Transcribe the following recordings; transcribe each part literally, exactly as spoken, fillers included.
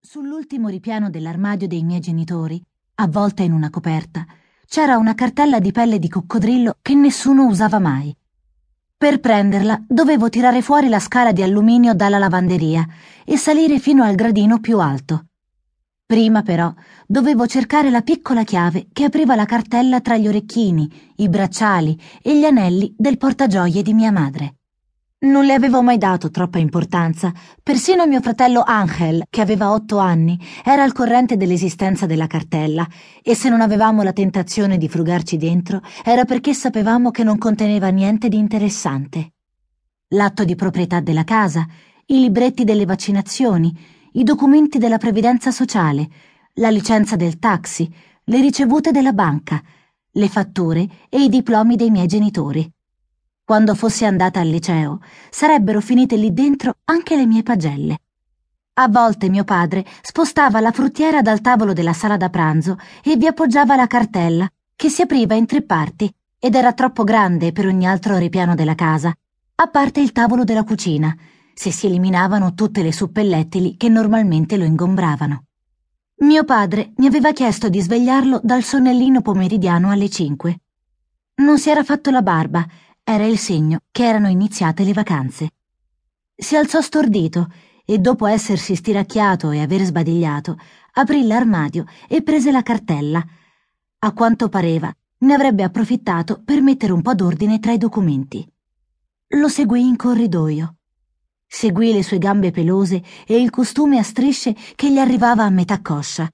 Sull'ultimo ripiano dell'armadio dei miei genitori, avvolta in una coperta, c'era una cartella di pelle di coccodrillo che nessuno usava mai. Per prenderla dovevo tirare fuori la scala di alluminio dalla lavanderia e salire fino al gradino più alto. Prima però dovevo cercare la piccola chiave che apriva la cartella tra gli orecchini, i bracciali e gli anelli del portagioie di mia madre. Non le avevo mai dato troppa importanza, persino mio fratello Angel, che aveva otto anni, era al corrente dell'esistenza della cartella, e se non avevamo la tentazione di frugarci dentro era perché sapevamo che non conteneva niente di interessante. L'atto di proprietà della casa, i libretti delle vaccinazioni, i documenti della previdenza sociale, la licenza del taxi, le ricevute della banca, le fatture e i diplomi dei miei genitori. Quando fossi andata al liceo, sarebbero finite lì dentro anche le mie pagelle. A volte mio padre spostava la fruttiera dal tavolo della sala da pranzo e vi appoggiava la cartella, che si apriva in tre parti ed era troppo grande per ogni altro ripiano della casa, a parte il tavolo della cucina, se si eliminavano tutte le suppellettili che normalmente lo ingombravano. Mio padre mi aveva chiesto di svegliarlo dal sonnellino pomeridiano alle cinque. Non si era fatto la barba. Era il segno che erano iniziate le vacanze. Si alzò stordito e, dopo essersi stiracchiato e aver sbadigliato, aprì l'armadio e prese la cartella. A quanto pareva, ne avrebbe approfittato per mettere un po' d'ordine tra i documenti. Lo seguì in corridoio. Seguì le sue gambe pelose e il costume a strisce che gli arrivava a metà coscia.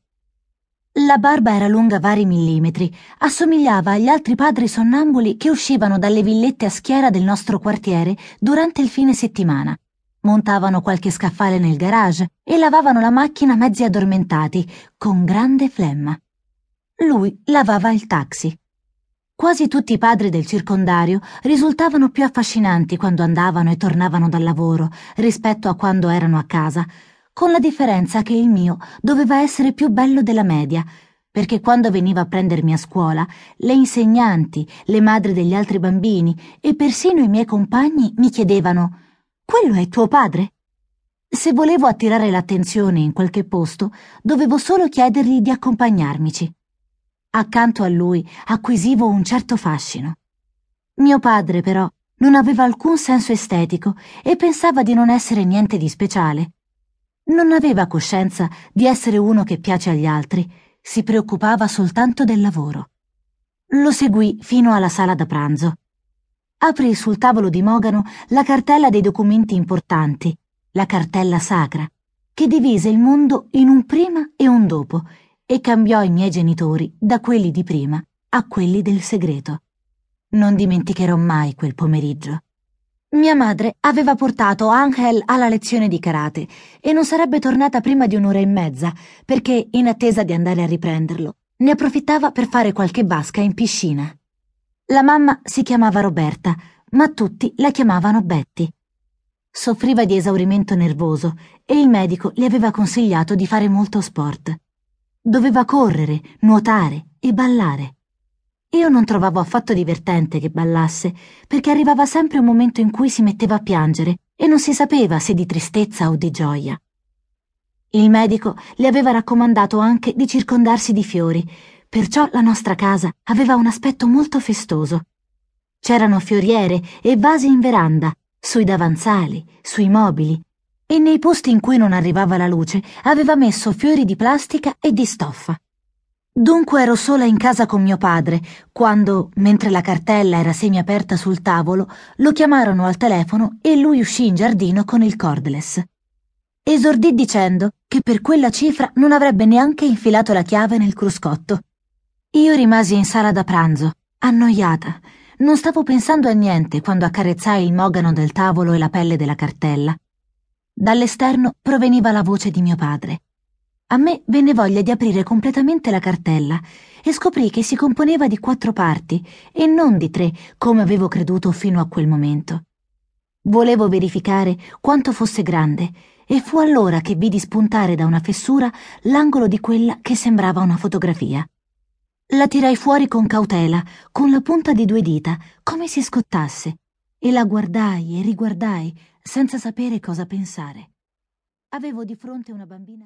La barba era lunga vari millimetri, assomigliava agli altri padri sonnambuli che uscivano dalle villette a schiera del nostro quartiere durante il fine settimana. Montavano qualche scaffale nel garage e lavavano la macchina mezzi addormentati, con grande flemma. Lui lavava il taxi. Quasi tutti i padri del circondario risultavano più affascinanti quando andavano e tornavano dal lavoro rispetto a quando erano a casa, con la differenza che il mio doveva essere più bello della media, perché quando veniva a prendermi a scuola, le insegnanti, le madri degli altri bambini e persino i miei compagni mi chiedevano: «Quello è tuo padre?» Se volevo attirare l'attenzione in qualche posto, dovevo solo chiedergli di accompagnarmici. Accanto a lui acquisivo un certo fascino. Mio padre, però, non aveva alcun senso estetico e pensava di non essere niente di speciale. Non aveva coscienza di essere uno che piace agli altri, si preoccupava soltanto del lavoro. Lo seguì fino alla sala da pranzo. Aprì sul tavolo di Mogano la cartella dei documenti importanti, la cartella sacra, che divise il mondo in un prima e un dopo e cambiò i miei genitori da quelli di prima a quelli del segreto. Non dimenticherò mai quel pomeriggio. Mia madre aveva portato Angel alla lezione di karate e non sarebbe tornata prima di un'ora e mezza, perché, in attesa di andare a riprenderlo, ne approfittava per fare qualche vasca in piscina. La mamma si chiamava Roberta, ma tutti la chiamavano Betty. Soffriva di esaurimento nervoso e il medico le aveva consigliato di fare molto sport. Doveva correre, nuotare e ballare. Io non trovavo affatto divertente che ballasse, perché arrivava sempre un momento in cui si metteva a piangere e non si sapeva se di tristezza o di gioia. Il medico le aveva raccomandato anche di circondarsi di fiori, perciò la nostra casa aveva un aspetto molto festoso. C'erano fioriere e vasi in veranda, sui davanzali, sui mobili, e nei posti in cui non arrivava la luce aveva messo fiori di plastica e di stoffa. Dunque ero sola in casa con mio padre, quando, mentre la cartella era semiaperta sul tavolo, lo chiamarono al telefono e lui uscì in giardino con il cordless. Esordì dicendo che per quella cifra non avrebbe neanche infilato la chiave nel cruscotto. Io rimasi in sala da pranzo, annoiata. Non stavo pensando a niente quando accarezzai il mogano del tavolo e la pelle della cartella. Dall'esterno proveniva la voce di mio padre. A me venne voglia di aprire completamente la cartella e scoprì che si componeva di quattro parti e non di tre, come avevo creduto fino a quel momento. Volevo verificare quanto fosse grande e fu allora che vidi spuntare da una fessura l'angolo di quella che sembrava una fotografia. La tirai fuori con cautela, con la punta di due dita, come se scottasse, e la guardai e riguardai senza sapere cosa pensare. Avevo di fronte una bambina